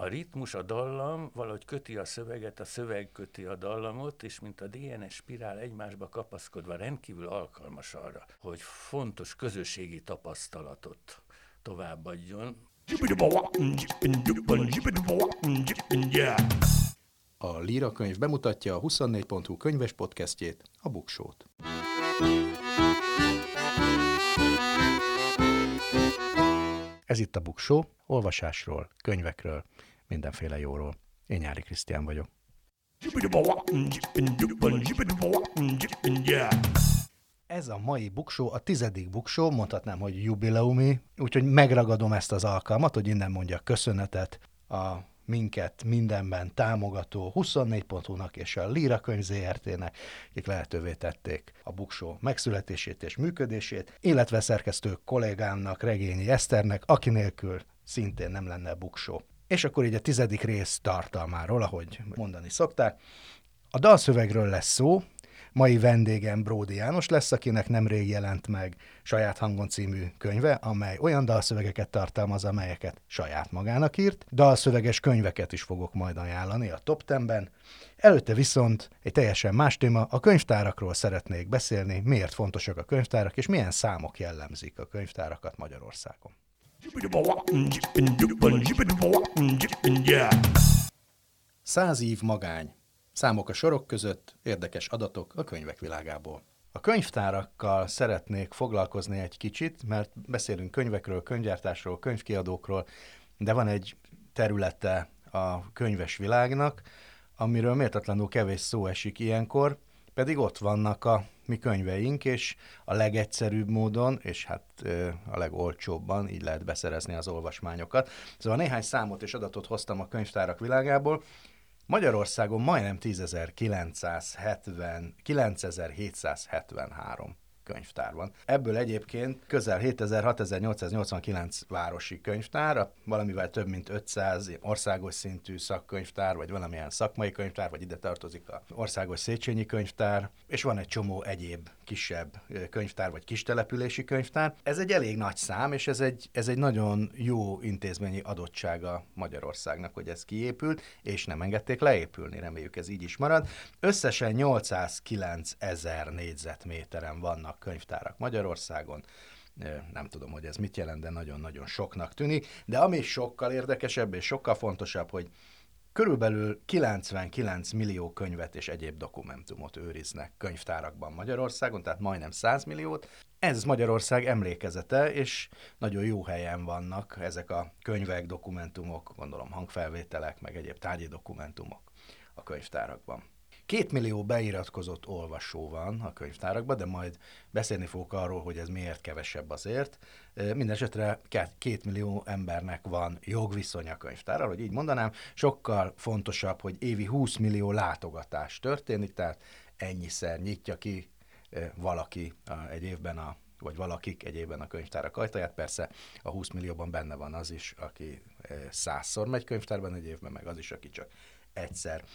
A ritmus, a dallam valahogy köti a szöveget, a szöveg köti a dallamot, és mint a DNS spirál egymásba kapaszkodva rendkívül alkalmas arra, hogy fontos közösségi tapasztalatot továbbadjon. A Líra könyv bemutatja a 24.hu könyves podcastjét, a Buksót. Ez itt a Buksó, olvasásról, könyvekről, mindenféle jóról. Én Nyári Krisztián vagyok. Ez a mai Buksó, a 10. Buksó, mondhatnám, hogy jubileumi, úgyhogy megragadom ezt az alkalmat, hogy innen mondjak köszönetet a minket mindenben támogató 24.hu-nak és a Líra könyv ZRT-nek, akik lehetővé tették a Buksó megszületését és működését, illetve szerkesztő kollégámnak, Regényi Eszternek, aki nélkül szintén nem lenne Buksó. És akkor így a 10. rész tartalmáról, ahogy mondani szokták. A dalszövegről lesz szó. Mai vendégem Bródi János lesz, akinek nemrég jelent meg Saját hangon című könyve, amely olyan dalszövegeket tartalmaz, amelyeket saját magának írt. Dalszöveges könyveket is fogok majd ajánlani a Top 10-ben. Előtte viszont egy teljesen más téma, a könyvtárakról szeretnék beszélni, miért fontosak a könyvtárak, és milyen számok jellemzik a könyvtárakat Magyarországon. 100 év magány. Számok a sorok között, érdekes adatok a könyvek világából. A könyvtárakkal szeretnék foglalkozni egy kicsit, mert beszélünk könyvekről, könyvgyártásról, könyvkiadókról, de van egy területe a könyves világnak, amiről méltatlanul kevés szó esik ilyenkor, pedig ott vannak a mi könyveink, és a legegyszerűbb módon, és hát a legolcsóbban így lehet beszerezni az olvasmányokat. Szóval néhány számot és adatot hoztam a könyvtárak világából. Magyarországon majdnem 9773 könyvtár van. Ebből egyébként közel 6889 városi könyvtár, valamivel több mint 500 országos szintű szakkönyvtár, vagy valamilyen szakmai könyvtár, vagy ide tartozik az Országos Széchenyi Könyvtár, és van egy csomó egyéb kisebb könyvtár, vagy kistelepülési könyvtár. Ez egy elég nagy szám, és ez egy nagyon jó intézményi adottsága Magyarországnak, hogy ez kiépült, és nem engedték leépülni, reméljük ez így is marad. Összesen 809 000 négyzetméteren vannak könyvtárak Magyarországon. Nem tudom, hogy ez mit jelent, de nagyon-nagyon soknak tűnik. De ami sokkal érdekesebb és sokkal fontosabb, hogy körülbelül 99 millió könyvet és egyéb dokumentumot őriznek könyvtárakban Magyarországon, tehát majdnem 100 milliót. Ez Magyarország emlékezete, és nagyon jó helyen vannak ezek a könyvek, dokumentumok, gondolom hangfelvételek, meg egyéb tárgyi dokumentumok a könyvtárakban. 2 millió beiratkozott olvasó van a könyvtárakban, de majd beszélni fogok arról, hogy ez miért kevesebb azért. Mindenesetre 2 millió embernek van jogviszony a könyvtárral, hogy így mondanám. Sokkal fontosabb, hogy évi 20 millió látogatás történik, tehát ennyiszer nyitja ki valaki egy évben vagy valakik egy évben a könyvtárak ajtaját. Persze a 20 millióban benne van az is, aki 100-szor megy könyvtárban egy évben, meg az is, aki csak egyszer.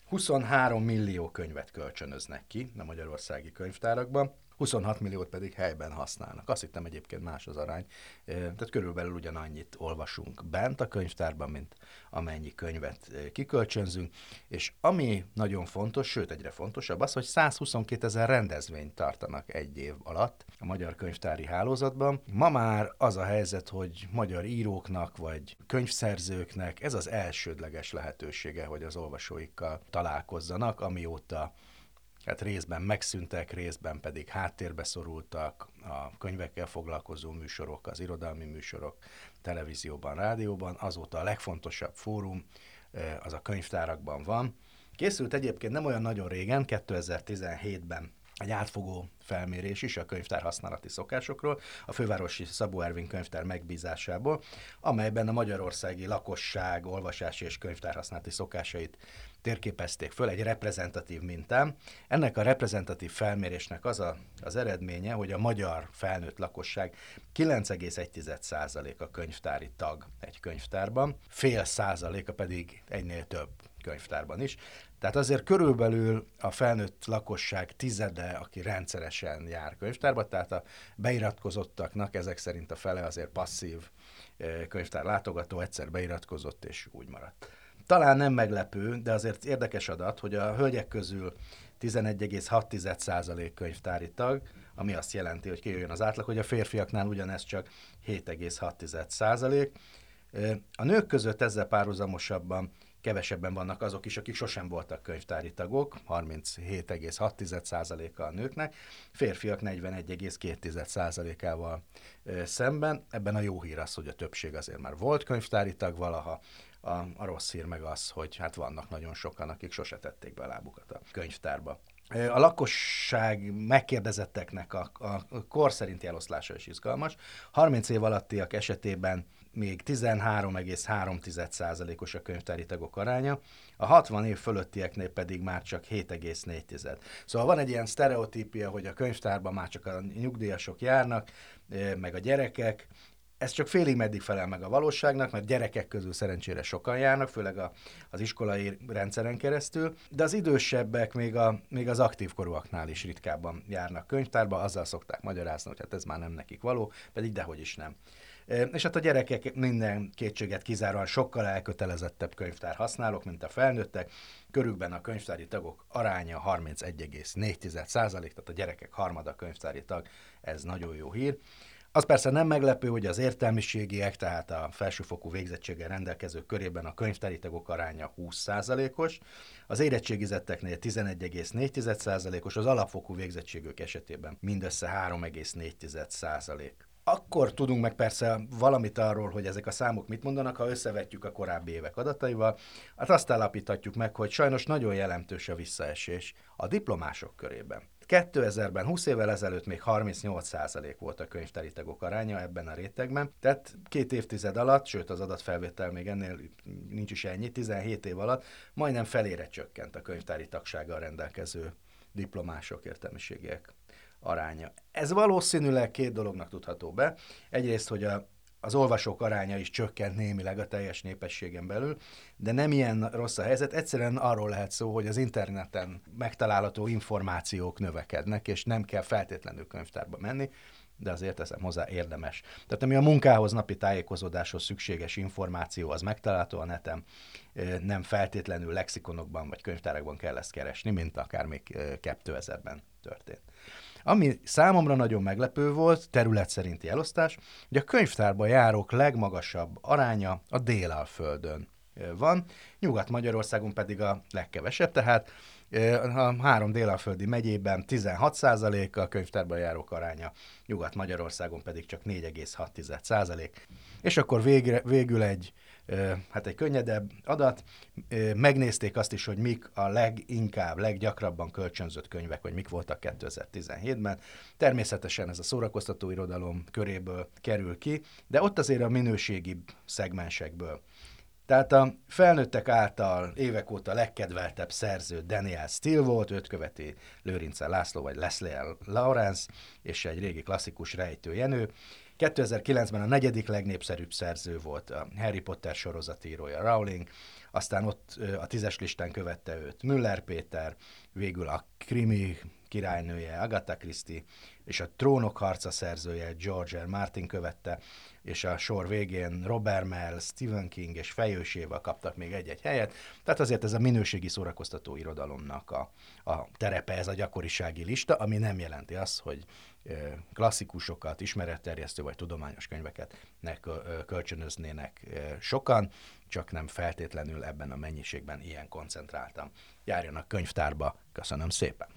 23 millió könyvet kölcsönöznek ki a magyarországi könyvtárakban, 26 milliót pedig helyben használnak. Azt hittem egyébként más az arány, tehát körülbelül ugyanannyit olvasunk bent a könyvtárban, mint amennyi könyvet kikölcsönzünk, és ami nagyon fontos, sőt egyre fontosabb az, hogy 122 000 rendezvényt tartanak egy év alatt a magyar könyvtári hálózatban. Ma már az a helyzet, hogy magyar íróknak vagy könyvszerzőknek ez az elsődleges lehetősége, hogy az olvasóikkal találkozzanak, amióta hát részben megszűntek, részben pedig háttérbe szorultak a könyvekkel foglalkozó műsorok, az irodalmi műsorok, televízióban, rádióban. Azóta a legfontosabb fórum az a könyvtárakban van. Készült egyébként nem olyan nagyon régen, 2017-ben egy átfogó felmérés is a könyvtár használati szokásokról, a fővárosi Szabó Ervin könyvtár megbízásából, amelyben a magyarországi lakosság olvasási és könyvtárhasználati szokásait térképezték föl egy reprezentatív mintán. Ennek a reprezentatív felmérésnek az eredménye, hogy a magyar felnőtt lakosság 9,1% a könyvtári tag egy könyvtárban, fél százaléka pedig egynél több könyvtárban is. Tehát azért körülbelül a felnőtt lakosság tizede, aki rendszeresen jár könyvtárba, tehát a beiratkozottaknak ezek szerint a fele azért passzív könyvtár látogató egyszer beiratkozott, és úgy maradt. Talán nem meglepő, de azért érdekes adat, hogy a hölgyek közül 11,6% könyvtári tag, ami azt jelenti, hogy kijöjjön az átlag, hogy a férfiaknál ugyanez csak 7,6%. A nők között ezzel párhuzamosabban kevesebben vannak azok is, akik sosem voltak könyvtári tagok, 37,6%-a a nőknek, férfiak 41,2%-ával szemben. Ebben a jó hír az, hogy a többség azért már volt könyvtári tag valaha, a rossz hír meg az, hogy hát vannak nagyon sokan, akik sose tették be a lábukat a könyvtárba. A lakosság megkérdezetteknek a kor szerinti eloszlása is izgalmas. 30 év alattiak esetében még 13,3%-os a könyvtári tagok aránya, a 60 év fölöttieknél pedig már csak 7,4. Szóval van egy ilyen sztereotípia, hogy a könyvtárban már csak a nyugdíjasok járnak, meg a gyerekek. Ez csak félig meddig felel meg a valóságnak, mert gyerekek közül szerencsére sokan járnak, főleg az iskolai rendszeren keresztül, de az idősebbek még az aktív korúaknál is ritkábban járnak könyvtárba, azzal szokták magyarázni, hogy hát ez már nem nekik való, pedig dehogy is nem. És hát a gyerekek minden kétséget kizáróan sokkal elkötelezettebb könyvtár használók, mint a felnőttek. Körükben a könyvtári tagok aránya 31,4%, tehát a gyerekek harmada könyvtári tag, ez nagyon jó hír. Az persze nem meglepő, hogy az értelmiségiek, tehát a felsőfokú végzettséggel rendelkezők körében a könyvtári tagok aránya 20%-os, az érettségizetteknél 11,4%-os, az alapfokú végzettségük esetében mindössze 3,4%. Akkor tudunk meg persze valamit arról, hogy ezek a számok mit mondanak, ha összevetjük a korábbi évek adataival. Hát azt állapíthatjuk meg, hogy sajnos nagyon jelentős a visszaesés a diplomások körében. 2000-ben, 20 évvel ezelőtt még 38% volt a könyvtári tagok aránya ebben a rétegben, tehát 2 évtized alatt, sőt az adatfelvétel még ennél nincs is ennyi, 17 év alatt majdnem felére csökkent a könyvtári tagsággal rendelkező diplomások, értelmiségiek aránya. Ez valószínűleg 2 dolognak tudható be. Egyrészt, hogy az olvasók aránya is csökkent némileg a teljes népességen belül, de nem ilyen rossz a helyzet. Egyszerűen arról lehet szó, hogy az interneten megtalálható információk növekednek, és nem kell feltétlenül könyvtárba menni, de azért teszem hozzá érdemes. Tehát ami a munkához, napi tájékozódáshoz szükséges információ, az megtalálható a neten, nem feltétlenül lexikonokban vagy könyvtárakban kell ezt keresni, mint akár még 2000-ben történt. Ami számomra nagyon meglepő volt, terület szerinti elosztás, hogy a könyvtárba járók legmagasabb aránya a Délalföldön van, Nyugat-Magyarországon pedig a legkevesebb, tehát a 3 délalföldi megyében 16% a könyvtárba járók aránya, Nyugat-Magyarországon pedig csak 4,6%. És akkor végül egy könnyedebb adat. Megnézték azt is, hogy mik a leggyakrabban kölcsönzött könyvek, vagy mik voltak 2017-ben. Természetesen ez a szórakoztató irodalom köréből kerül ki, de ott azért a minőségi szegmensekből. Tehát a felnőttek által évek óta legkedveltebb szerző Daniel Steele volt, őt követi Lőrince László vagy Leslie Lawrence, és egy régi klasszikus Rejtő Jenő. 2009-ben a 4. legnépszerűbb szerző volt a Harry Potter sorozatírója Rowling, aztán ott a 10-es listán követte őt Müller Péter, végül a krimi királynője Agatha Christie, és a Trónok harca szerzője George R. Martin követte, és a sor végén Robert Merle, Stephen King és Fejős Éva kaptak még egy-egy helyet. Tehát azért ez a minőségi szórakoztató irodalomnak a terepe, ez a gyakorisági lista, ami nem jelenti azt, hogy klasszikusokat, ismeretterjesztő vagy tudományos könyveket kölcsönöznének sokan, csak nem feltétlenül ebben a mennyiségben ilyen koncentráltam. Járjanak könyvtárba, köszönöm szépen!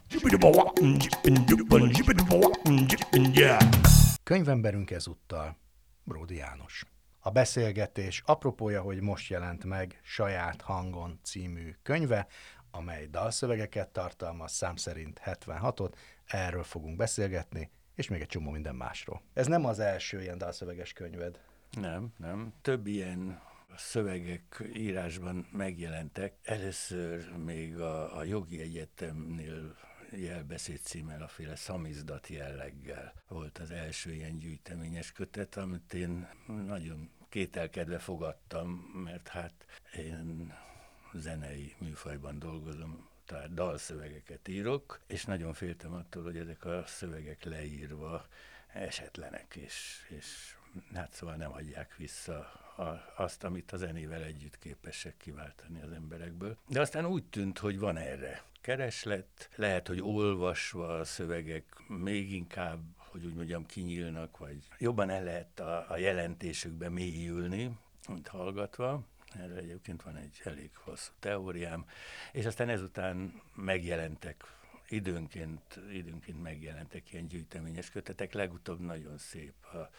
Könyvemberünk ezúttal Bródi János. A beszélgetés apropója, hogy most jelent meg Saját hangon című könyve, amely dalszövegeket tartalmaz, szám szerint 76-ot, erről fogunk beszélgetni, és még egy csomó minden másról. Ez nem az első ilyen dalszöveges könyved. Nem. Több ilyen szövegek írásban megjelentek. Először még a jogi egyetemnél jelbeszéd címmel, aféle szamizdat jelleggel volt az első ilyen gyűjteményes kötet, amit én nagyon kételkedve fogadtam, mert hát én zenei műfajban dolgozom, tehát dalszövegeket írok, és nagyon féltem attól, hogy ezek a szövegek leírva esetlenek, és hát szóval nem adják vissza azt, amit a zenével együtt képesek kiváltani az emberekből. De aztán úgy tűnt, hogy van erre kereslet, lehet, hogy olvasva a szövegek még inkább, hogy úgy mondjam, kinyílnak, vagy jobban el lehet a jelentésükbe mélyülni, mint hallgatva. Erre egyébként van egy elég hosszú teóriám, és aztán ezután megjelentek időnként megjelentek ilyen gyűjteményes kötetek, legutóbb nagyon szép a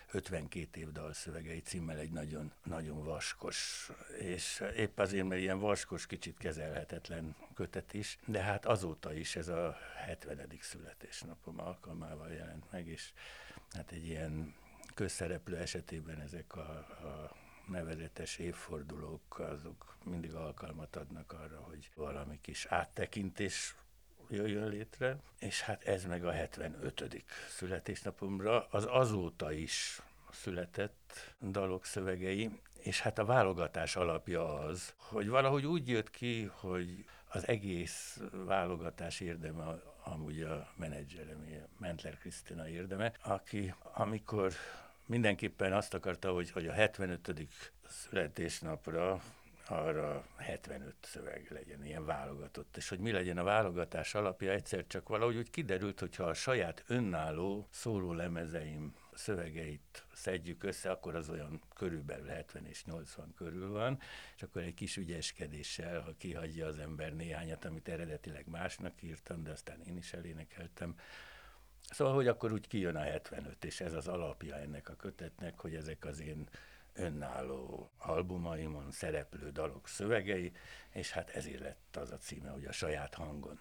52 év dalszövegei címmel egy nagyon, nagyon vaskos, és épp azért, mert ilyen vaskos, kicsit kezelhetetlen kötet is, de hát azóta is ez a 70. születésnapom alkalmával jelent meg, és hát egy ilyen közszereplő esetében ezek a nevezetes évfordulók, azok mindig alkalmat adnak arra, hogy valami kis áttekintés jöjjön létre, és hát ez meg a 75. születésnapomra az azóta is született dalok szövegei, és hát a válogatás alapja az, hogy valahogy úgy jött ki, hogy az egész válogatás érdeme amúgy a menedzserem, Mentler Krisztina érdeme, aki amikor mindenképpen azt akarta, hogy a 75. születésnapra arra 75 szöveg legyen, ilyen válogatott. És hogy mi legyen a válogatás alapja, egyszer csak valahogy úgy kiderült, hogyha a saját önálló szóló lemezeim szövegeit szedjük össze, akkor az olyan körülbelül 70 és 80 körül van, és akkor egy kis ügyeskedéssel, ha kihagyja az ember néhányat, amit eredetileg másnak írtam, de aztán én is elénekeltem. Szóval, hogy akkor úgy kijön a 75, és ez az alapja ennek a kötetnek, hogy ezek az én önálló albumaimon szereplő dalok szövegei, és hát ezért lett az a címe, hogy a saját hangon.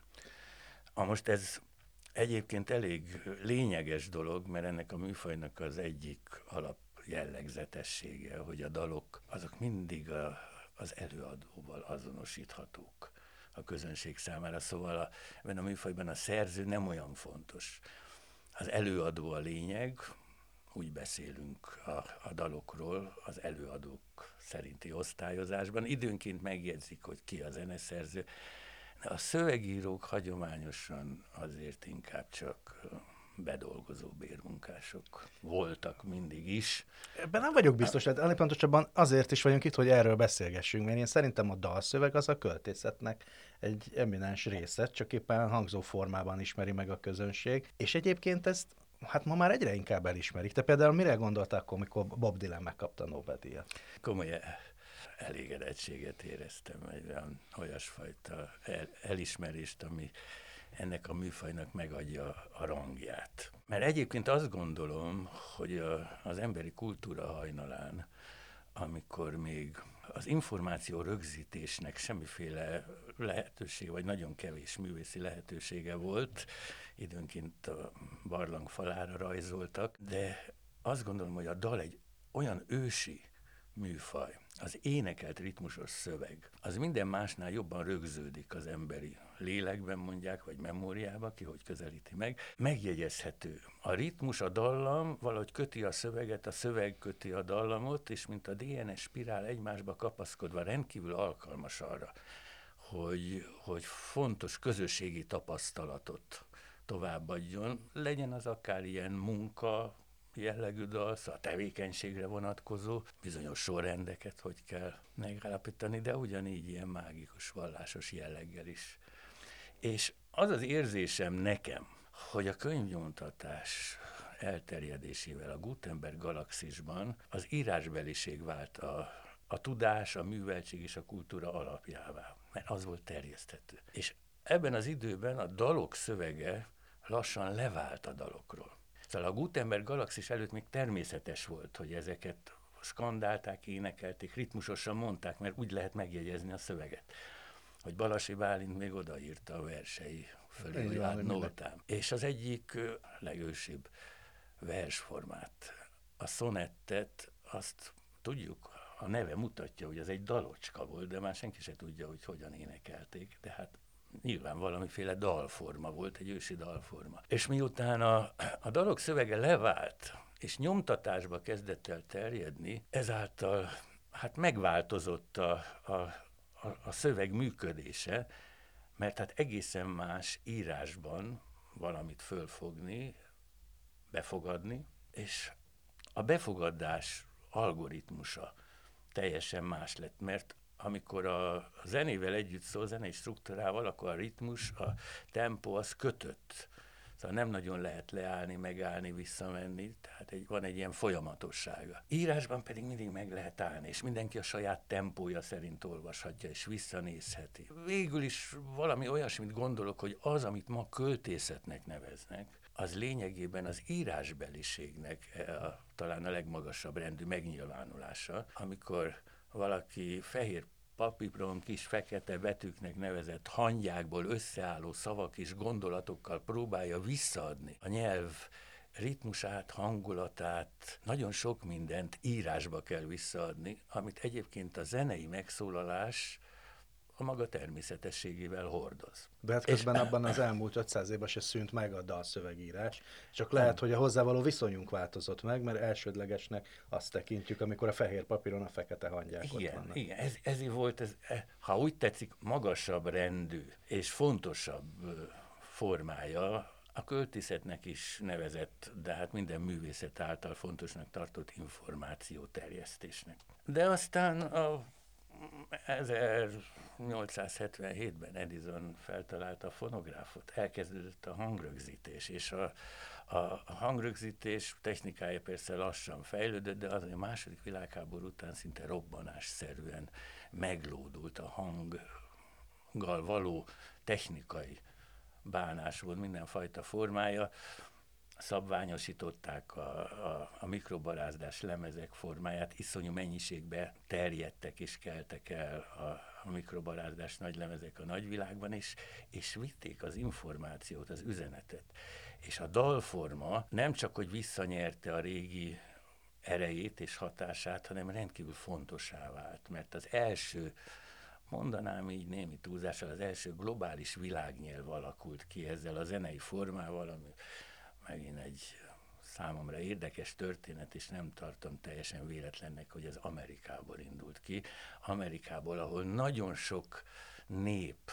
Most ez egyébként elég lényeges dolog, mert ennek a műfajnak az egyik alap jellegzetessége, hogy a dalok azok mindig az előadóval azonosíthatók a közönség számára, szóval ebben a műfajban a szerző nem olyan fontos. Az előadó a lényeg, úgy beszélünk a dalokról az előadók szerinti osztályozásban. Időnként megjegyzik, hogy ki a zeneszerző, de a szövegírók hagyományosan azért inkább csak bedolgozó bérmunkások voltak mindig is. Ebben nem vagyok biztos, hát pontosabban azért is vagyunk itt, hogy erről beszélgessünk, mert én szerintem a dalszöveg az a költészetnek egy eminens része, csak éppen hangzó formában ismeri meg a közönség, és egyébként ezt hát ma már egyre inkább elismerik. Te például mire gondoltál akkor, amikor Bob Dylan megkapta a Nobel-díjat? Komoly elégedettséget éreztem, egy olyasfajta elismerést, ami ennek a műfajnak megadja a rangját. Mert egyébként azt gondolom, hogy az emberi kultúra hajnalán, amikor még az információ rögzítésnek semmiféle lehetősége, vagy nagyon kevés művészi lehetősége volt, időnként a barlang falára rajzoltak, de azt gondolom, hogy a dal egy olyan ősi műfaj, az énekelt ritmusos szöveg, az minden másnál jobban rögződik az emberi lélekben, mondják, vagy memóriába, ki hogy közelíti meg. Megjegyezhető. A ritmus, a dallam valahogy köti a szöveget, a szöveg köti a dallamot, és mint a DNS spirál egymásba kapaszkodva rendkívül alkalmas arra, hogy fontos közösségi tapasztalatot továbbadjon. Legyen az akár ilyen munka jellegű dal, a tevékenységre vonatkozó, bizonyos sorrendeket, hogy kell megállapítani, de ugyanígy ilyen mágikus, vallásos jelleggel is. És az az érzésem nekem, hogy a könyvnyomtatás elterjedésével a Gutenberg galaxisban az írásbeliség vált a tudás, a műveltség és a kultúra alapjává, mert az volt terjeszthető. És ebben az időben a dalok szövege lassan levált a dalokról. Szóval a Gutenberg galaxis előtt még természetes volt, hogy ezeket skandálták, énekelték, ritmusosan mondták, mert úgy lehet megjegyezni a szöveget. Hogy Balasi Bálint még odaírta a versei fölé, hogy hát nótám. És az egyik legősibb versformát, a szonettet, azt tudjuk, a neve mutatja, hogy az egy dalocska volt, de már senki se tudja, hogy hogyan énekelték, de hát nyilván valamiféle dalforma volt, egy ősi dalforma. És miután a dalok szövege levált, és nyomtatásba kezdett el terjedni, ezáltal hát megváltozott a szöveg működése, mert hát egészen más írásban valamit fölfogni, befogadni, és a befogadás algoritmusa teljesen más lett, mert amikor a zenével együtt szól, zenei struktúrával, akkor a ritmus, a tempó az kötött. Szóval nem nagyon lehet leállni, megállni, visszamenni, tehát van egy ilyen folyamatossága. Írásban pedig mindig meg lehet állni, és mindenki a saját tempója szerint olvashatja, és visszanézheti. Végül is valami olyasmit gondolok, hogy az, amit ma költészetnek neveznek, az lényegében az írásbeliségnek talán a legmagasabb rendű megnyilvánulása, amikor valaki fehér papíron kis fekete betűknek nevezett hangyákból összeálló szavak és gondolatokkal próbálja visszaadni a nyelv ritmusát, hangulatát, nagyon sok mindent írásba kell visszaadni, amit egyébként a zenei megszólalás a maga természetességével hordoz. De hát közben abban az elmúlt 500 évben se szűnt meg a dalszövegírás, csak lehet, hogy a hozzávaló viszonyunk változott meg, mert elsődlegesnek azt tekintjük, amikor a fehér papíron a fekete hangyák ott vannak. Igen, ezért volt, ha úgy tetszik, magasabb rendű és fontosabb formája a költészetnek is nevezett, de hát minden művészet által fontosnak tartott információterjesztésnek. De aztán a 1877-ben Edison feltalálta a fonográfot, elkezdődött a hangrögzítés, és a hangrögzítés technikája persze lassan fejlődött, de az a második világháború után szinte robbanásszerűen meglódult a hanggal való technikai bánásból mindenfajta formája. Szabványosították a mikrobarázdás lemezek formáját, iszonyú mennyiségbe terjedtek és keltek el a mikrobarázdás nagy lemezek a nagyvilágban, és vitték az információt, az üzenetet. És a dalforma nem csak, hogy visszanyerte a régi erejét és hatását, hanem rendkívül fontossá vált, mert az első, mondanám így némi túlzással, az első globális világnyelv alakult ki ezzel a zenei formával, ami megint egy számomra érdekes történet, és nem tartom teljesen véletlennek, hogy ez Amerikából indult ki. Amerikából, ahol nagyon sok nép,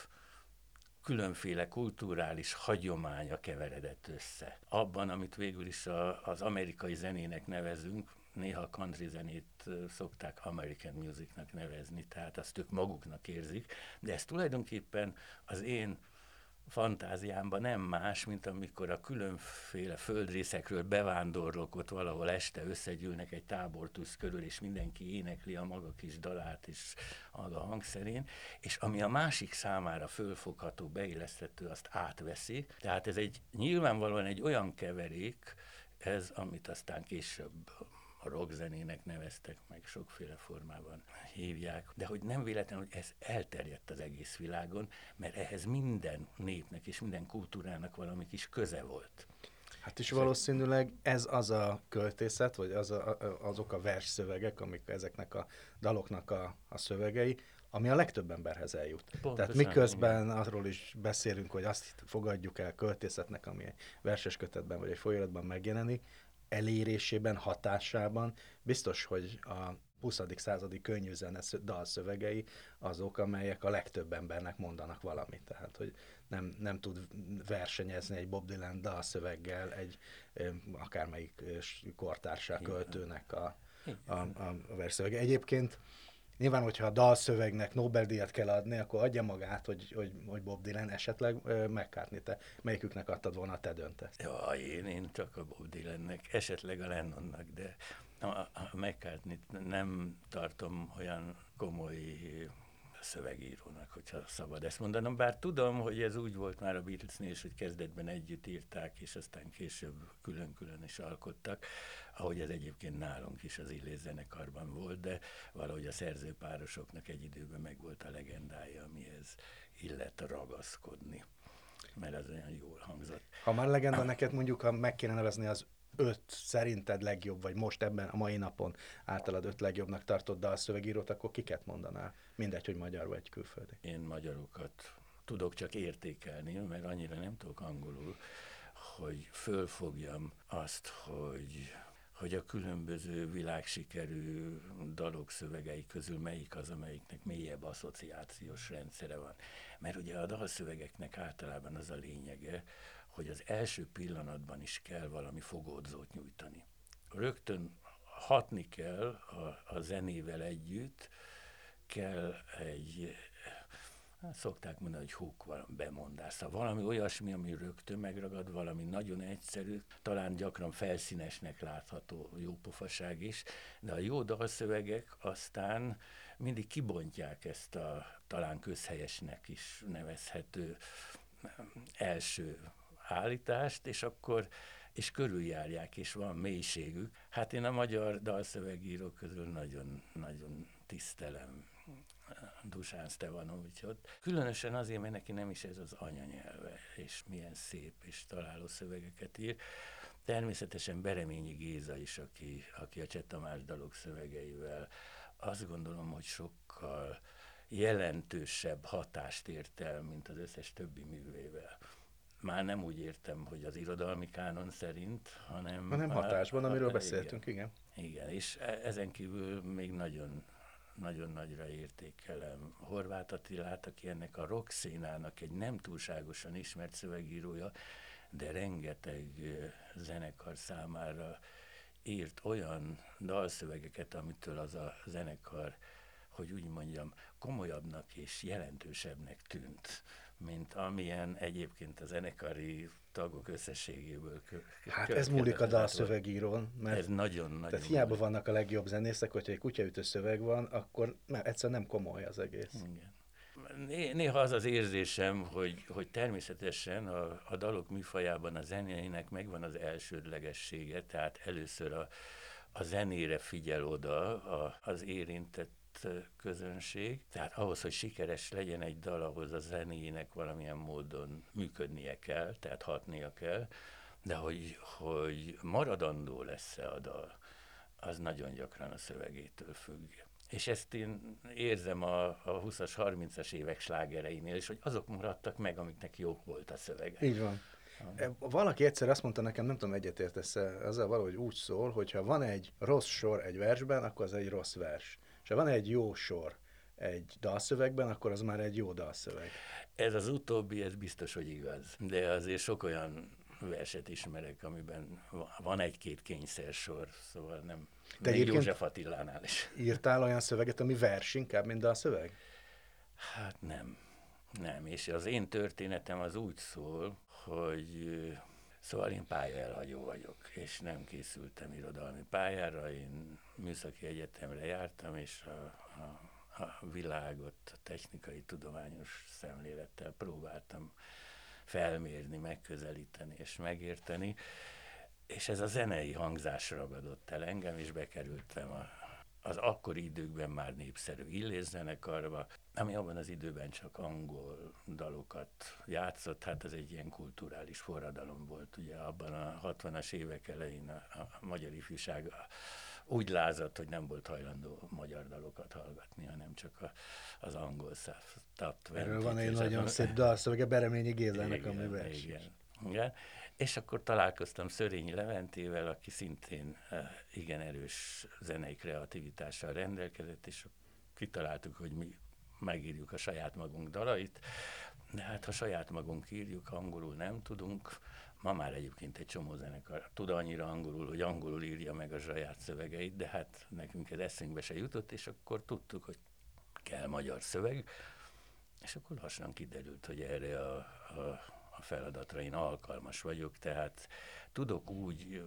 különféle kulturális hagyománya keveredett össze. Abban, amit végül is az amerikai zenének nevezünk, néha a country zenét szokták American musicnak nevezni, tehát azt ők maguknak érzik, de ez tulajdonképpen az én fantáziámban nem más, mint amikor a különféle földrészekről bevándorlók ott valahol este összegyűlnek egy tábortűz körül, és mindenki énekli a maga kis dalát is a hangszerén, és ami a másik számára fölfogható, beilleszthető, azt átveszi. Tehát ez nyilvánvalóan egy olyan keverék, ez, amit aztán később a rockzenének neveztek, meg sokféle formában hívják, de hogy nem véletlen, hogy ez elterjedt az egész világon, mert ehhez minden népnek és minden kultúrának valami kis köze volt. Hát is valószínűleg ez az a költészet, vagy azok a versszövegek, amik ezeknek a daloknak a szövegei, ami a legtöbb emberhez eljut. Pontosan, tehát miközben igen. Arról is beszélünk, hogy azt fogadjuk el költészetnek, ami egy verses kötetben vagy egy folyóiratban megjelenik, elérésében, hatásában biztos, hogy a 20. századi könnyűzene dalszövegei azok, amelyek a legtöbb embernek mondanak valamit. Tehát, hogy nem tud versenyezni egy Bob Dylan dalszöveggel egy akármelyik kortársá költőnek a versszövege. Egyébként nyilván, hogyha a dalszövegnek Nobel-díjat kell adni, akkor adja magát, hogy Bob Dylan, esetleg McCartney, te melyiküknek adtad volna, te döntesz? Ja, én csak a Bob Dylannek, esetleg a Lennonnak, de a McCartney-t nem tartom olyan komoly szövegírónak, hogyha szabad ezt mondanom, bár tudom, hogy ez úgy volt már a Beatlesnél is, hogy kezdetben együtt írták, és aztán később külön-külön is alkottak, ahogy ez egyébként nálunk is az Illés zenekarban volt, de valahogy a szerzőpárosoknak egy időben megvolt a legendája, amihez illet ragaszkodni, mert az olyan jól hangzott. Ha már legenda neked mondjuk, ha meg kéne nevezni az 5 szerinted legjobb, vagy most ebben a mai napon általad 5 legjobbnak tartott dalszövegírót, akkor kiket mondanál? Mindegy, hogy magyar vagy külföldi. Én magyarokat tudok csak értékelni, mert annyira nem tudok angolul, hogy fölfogjam azt, hogy a különböző világsikerű dalok szövegei közül melyik az, amelyiknek mélyebb asszociációs rendszere van. Mert ugye a dalszövegeknek általában az a lényege, hogy az első pillanatban is kell valami fogódzót nyújtani. Rögtön hatni kell a zenével együtt, kell egy, hát szokták mondani, hogy hook, valami bemondás, szóval valami olyasmi, ami rögtön megragad, valami nagyon egyszerű, talán gyakran felszínesnek látható jópofaság is, de a jó dalszövegek aztán mindig kibontják ezt a talán közhelyesnek is nevezhető első állítást, és körüljárják, és van mélységük. Hát én a magyar dalszövegírók közül nagyon tisztelem Dušan Stevanovićot. Különösen azért, mert neki nem is ez az anyanyelve, és milyen szép és találó szövegeket ír. Természetesen Bereményi Géza is, aki a Cseh Tamás dalok szövegeivel azt gondolom, hogy sokkal jelentősebb hatást ért el, mint az összes többi művével. Már nem úgy értem, hogy az irodalmi kánon szerint, hanem hatásban, amiről beszéltünk, igen. Igen, és ezen kívül még nagyon nagyra értékelem Horváth Attilát, aki ennek a rock színának egy nem túlságosan ismert szövegírója, de rengeteg zenekar számára írt olyan dalszövegeket, amitől az a zenekar, hogy úgy mondjam, komolyabbnak és jelentősebbnek tűnt, mint amilyen egyébként a zenekari tagok összességéből. Hát ez múlik a dalszövegírón, mert ez nagyon. Tehát hiába vannak a legjobb zenészek, hogyha egy kutyaütő szöveg van, akkor egyszerűen nem komoly az egész. Igen. Néha az az érzésem, hogy természetesen a dalok műfajában a zenének megvan az elsődlegessége, tehát először a zenére figyel oda az érintett közönség. Tehát ahhoz, hogy sikeres legyen egy dal, ahhoz a zenének valamilyen módon működnie kell, tehát hatnia kell, de hogy maradandó lesz-e a dal, az nagyon gyakran a szövegétől függ. És ezt én érzem a 20-as, 30-as évek slágereinél is, hogy azok maradtak meg, amiknek jó volt a szövege. Így van. Valaki egyszer azt mondta nekem, nem tudom, egyetértesz-e, ezzel valahogy úgy szól, hogy ha van egy rossz sor egy versben, akkor az egy rossz vers. És ha van egy jó sor egy dalszövegben, akkor az már egy jó dalszöveg. Ez az utóbbi, ez biztos, hogy igaz. De azért sok olyan verset ismerek, amiben van egy-két kényszersor, szóval nem. De még József Attilánál is. Írtál olyan szöveget, ami vers inkább, mint dalszöveg? Hát nem. És az én történetem az úgy szól, hogy szóval én pályaelhagyó vagyok, és nem készültem irodalmi pályára, én műszaki egyetemre jártam, és a világot a technikai tudományos szemlélettel próbáltam felmérni, megközelíteni és megérteni, és ez a zenei hangzás ragadott el engem, és bekerültem az akkori időkben már népszerű Illés zenekarba, ami abban az időben csak angol dalokat játszott, hát ez egy ilyen kulturális forradalom volt, ugye abban a 60-as évek elején a magyar ifjúság úgy lázadt, hogy nem volt hajlandó magyar dalokat hallgatni, hanem csak az angol Top 20. Erről van egy nagyon szép dalszövege Bereményi Gézának, ami vers. Igen. És akkor találkoztam Szörényi Leventével, aki szintén igen erős zenei kreativitással rendelkezett, és kitaláltuk, hogy mi megírjuk a saját magunk dalait, de hát ha saját magunk írjuk, angolul nem tudunk. Ma már egyébként egy csomó zenekar tud annyira angolul, hogy angolul írja meg a saját szövegeit, de hát nekünk ez eszünkbe se jutott, és akkor tudtuk, hogy kell magyar szöveg, és akkor lassan kiderült, hogy erre a feladatra én alkalmas vagyok, tehát tudok úgy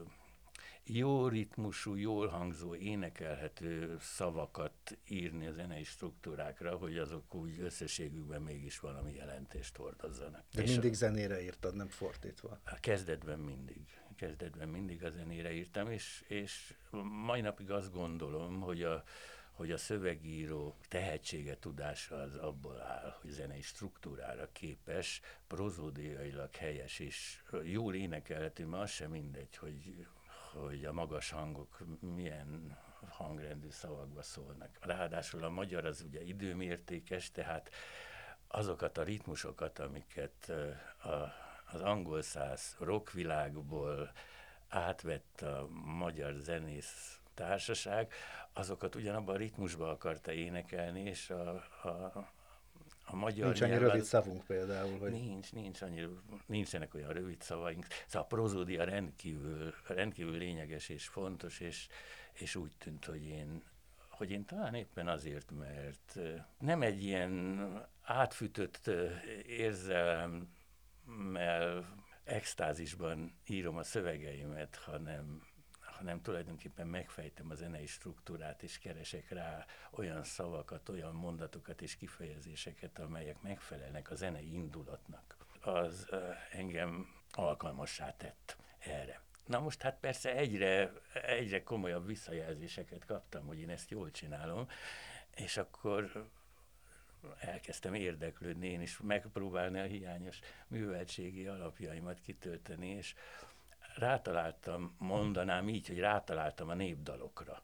jó ritmusú, jól hangzó, énekelhető szavakat írni a zenei struktúrákra, hogy azok úgy összességükben mégis valami jelentést hordozzanak. De mindig zenére írtad, nem fordítva? A kezdetben mindig a zenére írtam, és mai napig azt gondolom, hogy a szövegíró tehetsége, tudása az abból áll, hogy zenei struktúrára képes, prozódiailag helyes és jól énekelhető, mert az sem mindegy, hogy a magas hangok milyen hangrendű szavakba szólnak. Ráadásul a magyar az ugye időmértékes, tehát azokat a ritmusokat, amiket az angol száz rockvilágból átvett a magyar zenész társaság, azokat ugyanabban a ritmusban akarta énekelni, és a a magyar Nincs annyi nyelv rövid szavunk például, hogy... Nincsenek olyan rövid szavaink. Szóval a prozódia rendkívül lényeges és fontos, és úgy tűnt, hogy én talán éppen azért, mert nem egy ilyen átfűtött érzelemmel, extázisban írom a szövegeimet, hanem tulajdonképpen megfejtem a zenei struktúrát, és keresek rá olyan szavakat, olyan mondatokat és kifejezéseket, amelyek megfelelnek a zenei indulatnak. Az engem alkalmassá tett erre. Na most hát persze egyre komolyabb visszajelzéseket kaptam, hogy én ezt jól csinálom, és akkor elkezdtem érdeklődni, én is megpróbálni a hiányos műveltségi alapjaimat kitölteni, és mondanám így, hogy rátaláltam a népdalokra,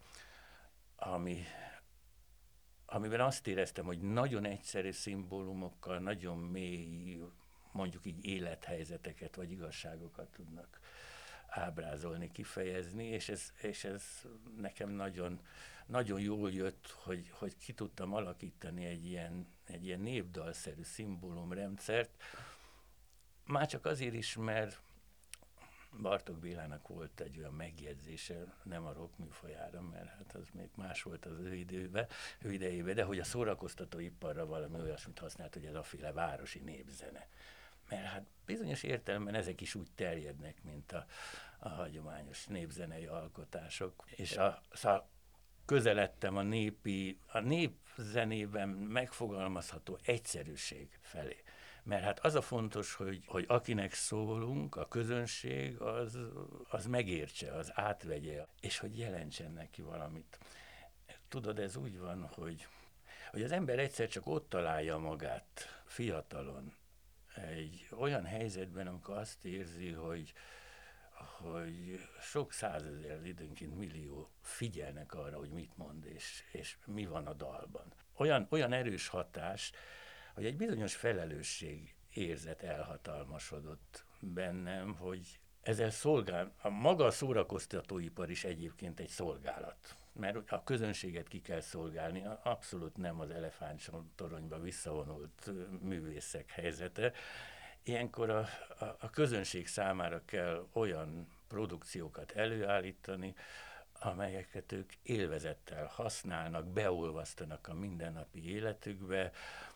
amiben azt éreztem, hogy nagyon egyszerű szimbólumokkal, nagyon mély, mondjuk így élethelyzeteket vagy igazságokat tudnak ábrázolni, kifejezni, és ez nekem nagyon, nagyon jól jött, hogy ki tudtam alakítani egy ilyen népdalszerű szimbólumrendszert, már csak azért is, mert Bartók Bélának volt egy olyan megjegyzése, nem a rock műfajára, mert hát az még más volt az ő idejében, de hogy a szórakoztatóiparra valami olyasmit használt, hogy ez a féle városi népzene. Mert hát bizonyos értelemben ezek is úgy terjednek, mint a hagyományos népzenei alkotások. És közeledtem a népzenében megfogalmazható egyszerűség felé. Mert hát az a fontos, hogy akinek szólunk, a közönség, az megértse, az átvegye, és hogy jelentsen neki valamit. Tudod, ez úgy van, hogy az ember egyszer csak ott találja magát fiatalon, egy olyan helyzetben, amikor azt érzi, hogy sok százezer, időnként millió figyelnek arra, hogy mit mond, és mi van a dalban. Olyan erős hatás, hogy egy bizonyos felelősség érzet elhatalmasodott bennem, hogy ezzel maga a szórakoztatóipar is egyébként egy szolgálat. Mert a közönséget ki kell szolgálni, abszolút nem az elefánttoronyba visszavonult művészek helyzete. Ilyenkor a közönség számára kell olyan produkciókat előállítani, amelyeket ők élvezettel használnak, beolvasztanak a mindennapi életükbe,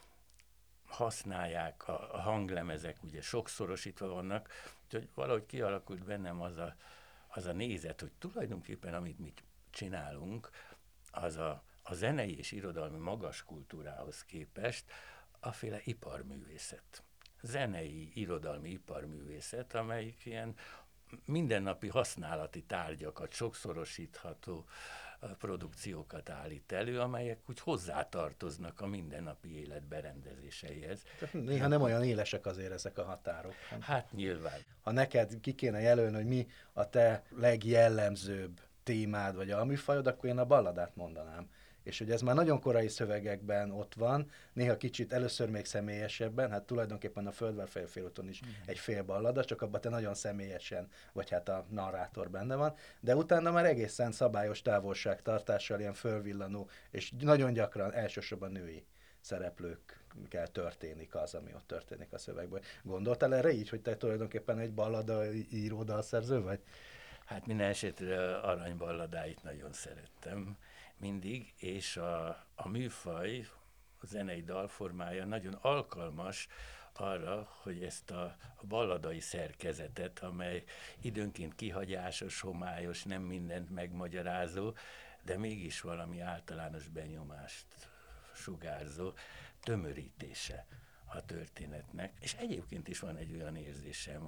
használják, a hanglemezek ugye sokszorosítva vannak, úgyhogy valahogy kialakult bennem az a nézet, hogy tulajdonképpen amit mi csinálunk, az a zenei és irodalmi magas kultúrához képest aféle iparművészet. Zenei, irodalmi iparművészet, amelyik ilyen mindennapi használati tárgyakat, sokszorosítható produkciókat állít elő, amelyek úgy hozzátartoznak a mindennapi élet berendezéseihez. Néha nem olyan élesek azért ezek a határok. Hát nyilván. Ha neked ki kéne jelölni, hogy mi a te legjellemzőbb témád vagy a műfajod, akkor én a balladát mondanám. És hogy ez már nagyon korai szövegekben ott van, néha kicsit először még személyesebben, hát tulajdonképpen a Földvár félúton is egy fél ballada, csak abban te nagyon személyesen, vagy hát a narrátor benne van, de utána már egészen szabályos távolságtartással, ilyen fölvillanó, és nagyon gyakran elsősorban női szereplőkkel történik az, ami ott történik a szövegben. Gondoltál erre így, hogy te tulajdonképpen egy ballada író, dalszerző vagy? Hát minden esetre aranyballadáit nagyon szerettem mindig, és a műfaj, a zenei dalformája nagyon alkalmas arra, hogy ezt a balladai szerkezetet, amely időnként kihagyásos, homályos, nem mindent megmagyarázó, de mégis valami általános benyomást sugárzó tömörítése a történetnek. És egyébként is van egy olyan érzésem,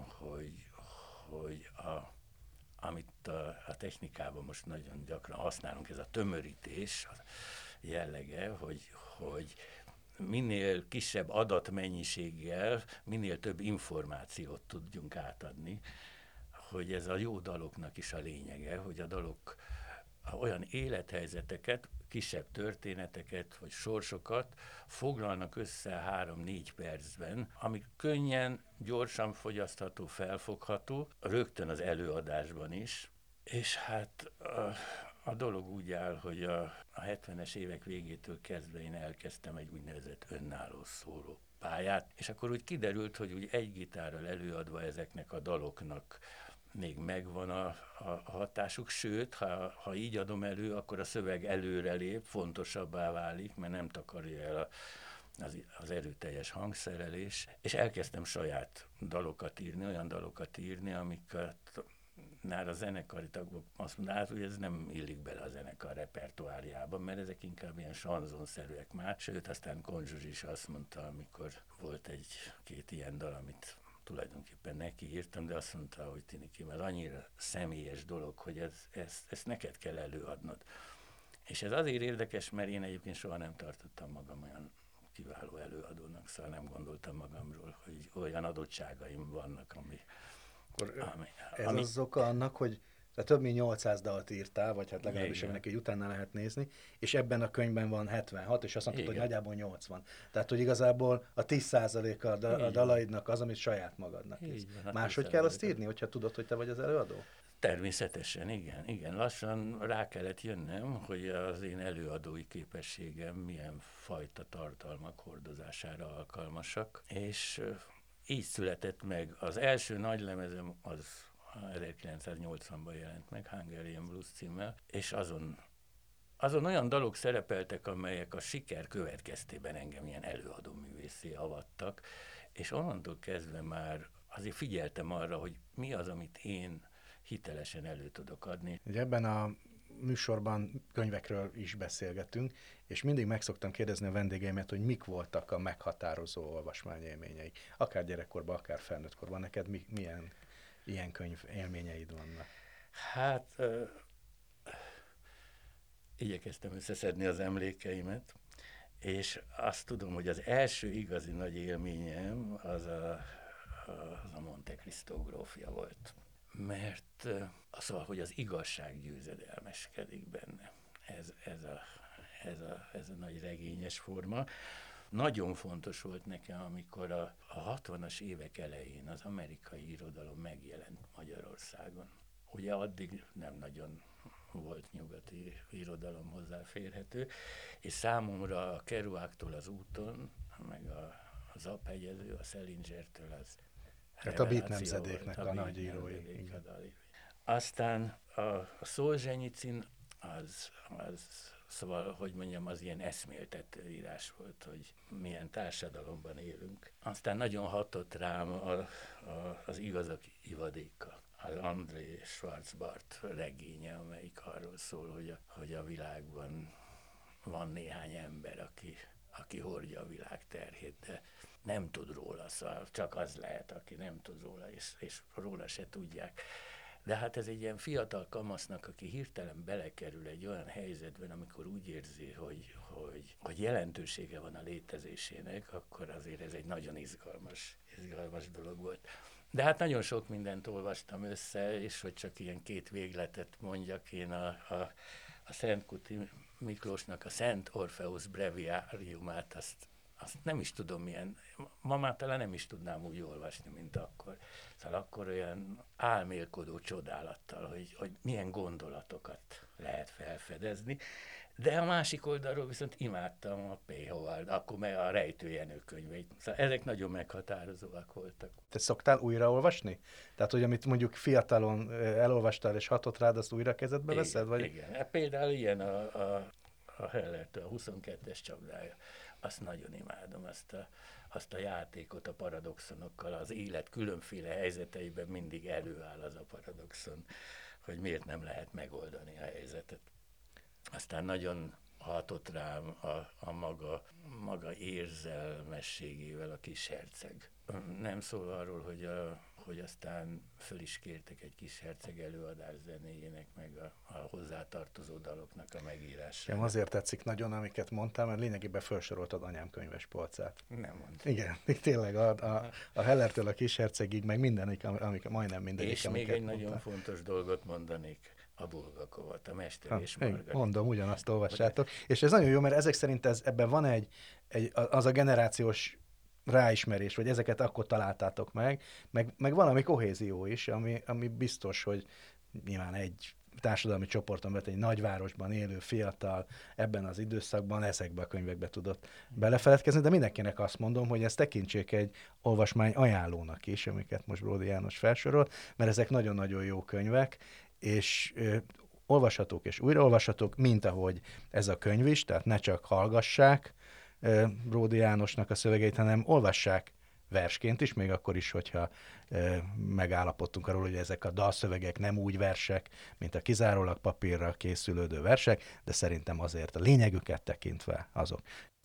hogy amit a technikában most nagyon gyakran használunk, ez a tömörítés jellege, hogy minél kisebb adatmennyiséggel, minél több információt tudjunk átadni, hogy ez a jó daloknak is a lényege, hogy a dalok olyan élethelyzeteket, kisebb történeteket, vagy sorsokat foglalnak össze 3-4 percben, ami könnyen, gyorsan fogyasztható, felfogható, rögtön az előadásban is, és hát A dolog úgy áll, hogy a 70-es évek végétől kezdve én elkezdtem egy úgynevezett önálló szóló pályát, és akkor úgy kiderült, hogy úgy egy gitárral előadva ezeknek a daloknak még megvan a hatásuk, sőt, ha így adom elő, akkor a szöveg előrelép, fontosabbá válik, mert nem takarja el az erőteljes hangszerelés, és elkezdtem saját dalokat írni, olyan dalokat írni, amiket a zenekari tagok azt mondták, hogy ez nem illik bele a zenekar repertoárjába, mert ezek inkább ilyen sanzonszerűek már. Sőt, aztán Konzsuzs is azt mondta, amikor volt egy-két ilyen dal, amit tulajdonképpen neki írtam, de azt mondta, hogy Tinikém, ez annyira személyes dolog, hogy ezt neked kell előadnod. És ez azért érdekes, mert én egyébként soha nem tartottam magam olyan kiváló előadónak, szóval nem gondoltam magamról, hogy olyan adottságaim vannak, Ez az oka annak, hogy több mint 800 dalt írtál, vagy hát legalábbis aminek egy utána lehet nézni, és ebben a könyvben van 76, és azt mondtad, hogy nagyjából 80. Tehát, hogy igazából a 10%-a a dalaidnak az, amit saját magadnak írsz. Máshogy kell azt írni, hogyha tudod, hogy te vagy az előadó? Természetesen, igen. Lassan rá kellett jönnöm, hogy az én előadói képességem milyen fajta tartalmak hordozására alkalmasak, és így született meg. Az első nagylemezem az 1980-ban jelent meg, Hungarian Blues címmel, és azon olyan dalok szerepeltek, amelyek a siker következtében engem ilyen előadó művészé avattak, és onnantól kezdve már azért figyeltem arra, hogy mi az, amit én hitelesen elő tudok adni. Ugye ebben a műsorban könyvekről is beszélgetünk, és mindig meg szoktam kérdezni a vendégeimet, hogy mik voltak a meghatározó olvasmányélményeik. Akár gyerekkorban, akár felnőttkorban. Neked milyen ilyen könyv élményeid vannak? Hát igyekeztem összeszedni az emlékeimet, és azt tudom, hogy az első igazi nagy élményem az a Monte Cristo grófja volt. Mert szóval, hogy az igazság győzedelmeskedik benne. Ez a nagy regényes forma. Nagyon fontos volt nekem, amikor a 60-as évek elején az amerikai irodalom megjelent Magyarországon. Ugye addig nem nagyon volt nyugati irodalom hozzáférhető, és számomra a Kerouactól az úton, meg a Zaphegyező, a Szelingertől az hát a Beat nemzedéknek a nagy írói. Aztán a Szolzsenyicin az szóval, hogy mondjam, az ilyen eszméltető írás volt, hogy milyen társadalomban élünk. Aztán nagyon hatott rám az igazak ivadéka, az André Schwarzbart regénye, amelyik arról szól, hogy a világban van néhány ember, aki hordja a világ terhét, de nem tud róla, szóval csak az lehet, aki nem tud róla, és róla se tudják. De hát ez egy ilyen fiatal kamasznak, aki hirtelen belekerül egy olyan helyzetben, amikor úgy érzi, hogy jelentősége van a létezésének, akkor azért ez egy nagyon izgalmas dolog volt. De hát nagyon sok mindent olvastam össze, és hogy csak ilyen két végletet mondjak, én a Szent Kuti Miklósnak a Szent Orpheus Breviáriumát, azt nem is tudom milyen, ma már talán nem is tudnám úgy olvasni, mint akkor. Szóval akkor olyan álmélkodó csodálattal, hogy milyen gondolatokat lehet felfedezni. De a másik oldalról viszont imádtam a P. Howard, akkor meg a Rejtőjenő könyveit. Szóval ezek nagyon meghatározóak voltak. Te szoktál újraolvasni? Tehát, hogy amit mondjuk fiatalon elolvastál és hatott rád, azt újra kezedbe veszed? Vagy? Igen. Például ilyen a Hellertől, a 22-es csapdája. Azt nagyon imádom, azt a játékot a paradoxonokkal, az élet különféle helyzeteiben mindig előáll az a paradoxon, hogy miért nem lehet megoldani a helyzetet. Aztán nagyon hatott rám a maga érzelmességével a kis herceg. Nem szól arról, hogy aztán föl is kértek egy kis herceg előadás zenéjének, meg a hozzátartozó daloknak a megírására. Azért tetszik nagyon, amiket mondtál, mert lényegében felsoroltad anyám könyves polcát. Nem mondtam. Igen, tényleg a Hellertől a kis hercegig, meg mindenik, majdnem mindegyik. És még egy nagyon fontos dolgot mondanék. A Bulgakovat, a Mester és Margarita. Mondom, ugyanazt olvassátok. És ez nagyon jó, mert ezek szerint ebben van az a generációs ráismerés, vagy ezeket akkor találtátok meg valami kohézió is, ami biztos, hogy nyilván egy társadalmi csoporton vett, egy nagyvárosban élő fiatal ebben az időszakban ezekbe a könyvekbe tudott belefeledkezni, de mindenkinek azt mondom, hogy ezt tekintsék egy olvasmány ajánlónak is, amiket most Bródy János felsorolt, mert ezek nagyon-nagyon jó könyvek, és olvashatók és újraolvashatók, mint ahogy ez a könyv is, tehát ne csak hallgassák Bródy Jánosnak a szövegeit, hanem olvassák versként is, még akkor is, hogyha megállapodtunk arról, hogy ezek a dalszövegek nem úgy versek, mint a kizárólag papírra készülődő versek, de szerintem azért a lényegüket tekintve azok.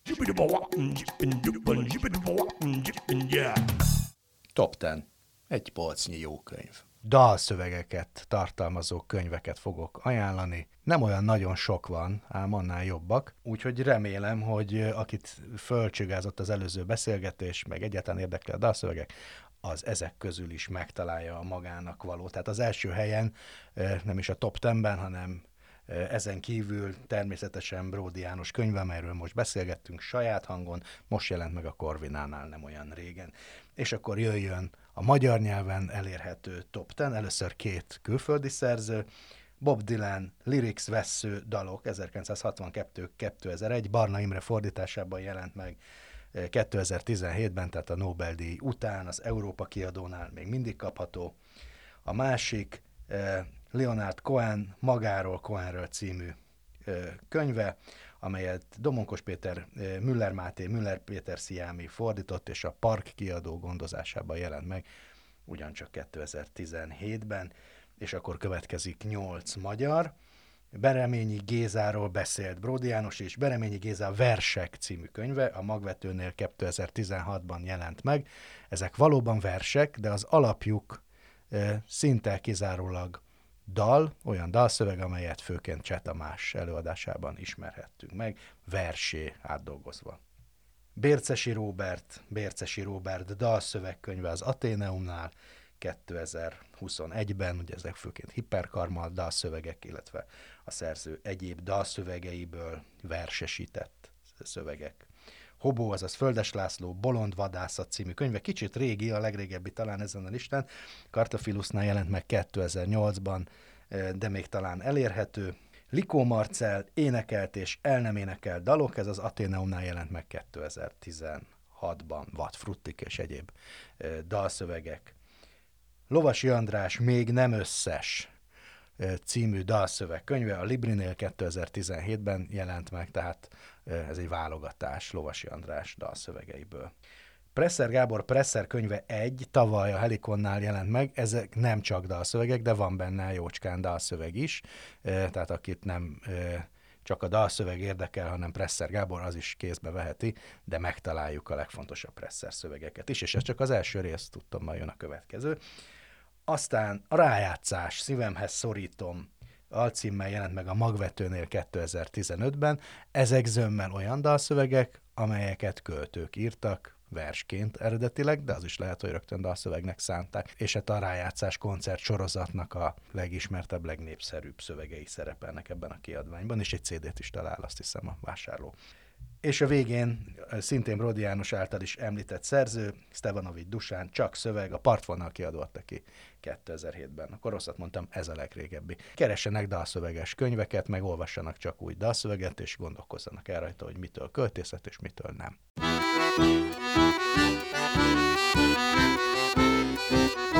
Top 10. Egy polcnyi jó könyv. Dalszövegeket tartalmazó könyveket fogok ajánlani. Nem olyan nagyon sok van, ám annál jobbak, úgyhogy remélem, hogy akit fölcsigázott az előző beszélgetés, meg egyáltalán érdekli a dalszövegek, az ezek közül is megtalálja a magának való. Tehát az első helyen nem is a top 10-ben, hanem ezen kívül természetesen Bródy János könyve, amelyről most beszélgettünk saját hangon, most jelent meg a Corvinánál nem olyan régen. És akkor jöjjön a magyar nyelven elérhető top 10, először 2 külföldi szerző, Bob Dylan, Lyrics vessző dalok 1962-2001, Barna Imre fordításában jelent meg 2017-ben, tehát a Nobel-díj után, az Európa kiadónál még mindig kapható. A másik Leonard Cohen Magáról, Cohenről című könyve, amelyet Domonkos Péter, Müller Máté, Müller Péter Sziámi fordított, és a Park kiadó gondozásában jelent meg, ugyancsak 2017-ben, és akkor következik 8 magyar. Bereményi Gézáról beszélt Bródy János, és Bereményi Géza Versek című könyve a Magvetőnél 2016-ban jelent meg. Ezek valóban versek, de az alapjuk szinte kizárólag dal, olyan dalszöveg, amelyet főként Cseh Tamás előadásában ismerhettünk meg, versé átdolgozva. Bércesi Róbert dalszövegkönyve az Atheneumnál 2021-ben, ugye ezek főként hiperkarmal dalszövegek, illetve a szerző egyéb dalszövegeiből versesített szövegek. Hobó, azaz Földes László Bolond vadászat című könyve, kicsit régi, a legrégebbi talán ezen a listán, Kartafilusnál jelent meg 2008-ban, de még talán elérhető. Likó Marcell énekelt és el nem énekelt dalok, ez az Atheneumnál jelent meg 2016-ban, Vadfruttik és egyéb dalszövegek. Lovasi András Még nem összes című dalszövegkönyve, a Librinél 2017-ben jelent meg, tehát ez egy válogatás Lovasi András dalszövegeiből. Presser Gábor Presser könyve 1, tavaly a Helikonnál jelent meg, ezek nem csak dalszövegek, de van benne jócskán dalszöveg is, tehát akit nem csak a dalszöveg érdekel, hanem Presser Gábor, az is kézbe veheti, de megtaláljuk a legfontosabb Presser szövegeket is, és ez csak az első rész, tudtam, majd jön a következő. Aztán a Rájátszás, Szívemhez szorítom alcímmel jelent meg a Magvetőnél 2015-ben. Ezek zömmel olyan dalszövegek, amelyeket költők írtak versként eredetileg, de az is lehet, hogy rögtön dalszövegnek szánták. És hát a Rájátszás koncert sorozatnak a legismertebb, legnépszerűbb szövegei szerepelnek ebben a kiadványban, és egy CD-t is talál, azt hiszem, a vásárló. És a végén szintén Bródy János által is említett szerző, Stevanovics Dusán, csak szöveg, a Partvonal kiadó adta ki 2007-ben. Akkor rosszat mondtam, ez a legrégebbi. Keressenek dalszöveges könyveket, meg olvassanak csak úgy dalszöveget, és gondolkozzanak el rajta, hogy mitől költészet, és mitől nem.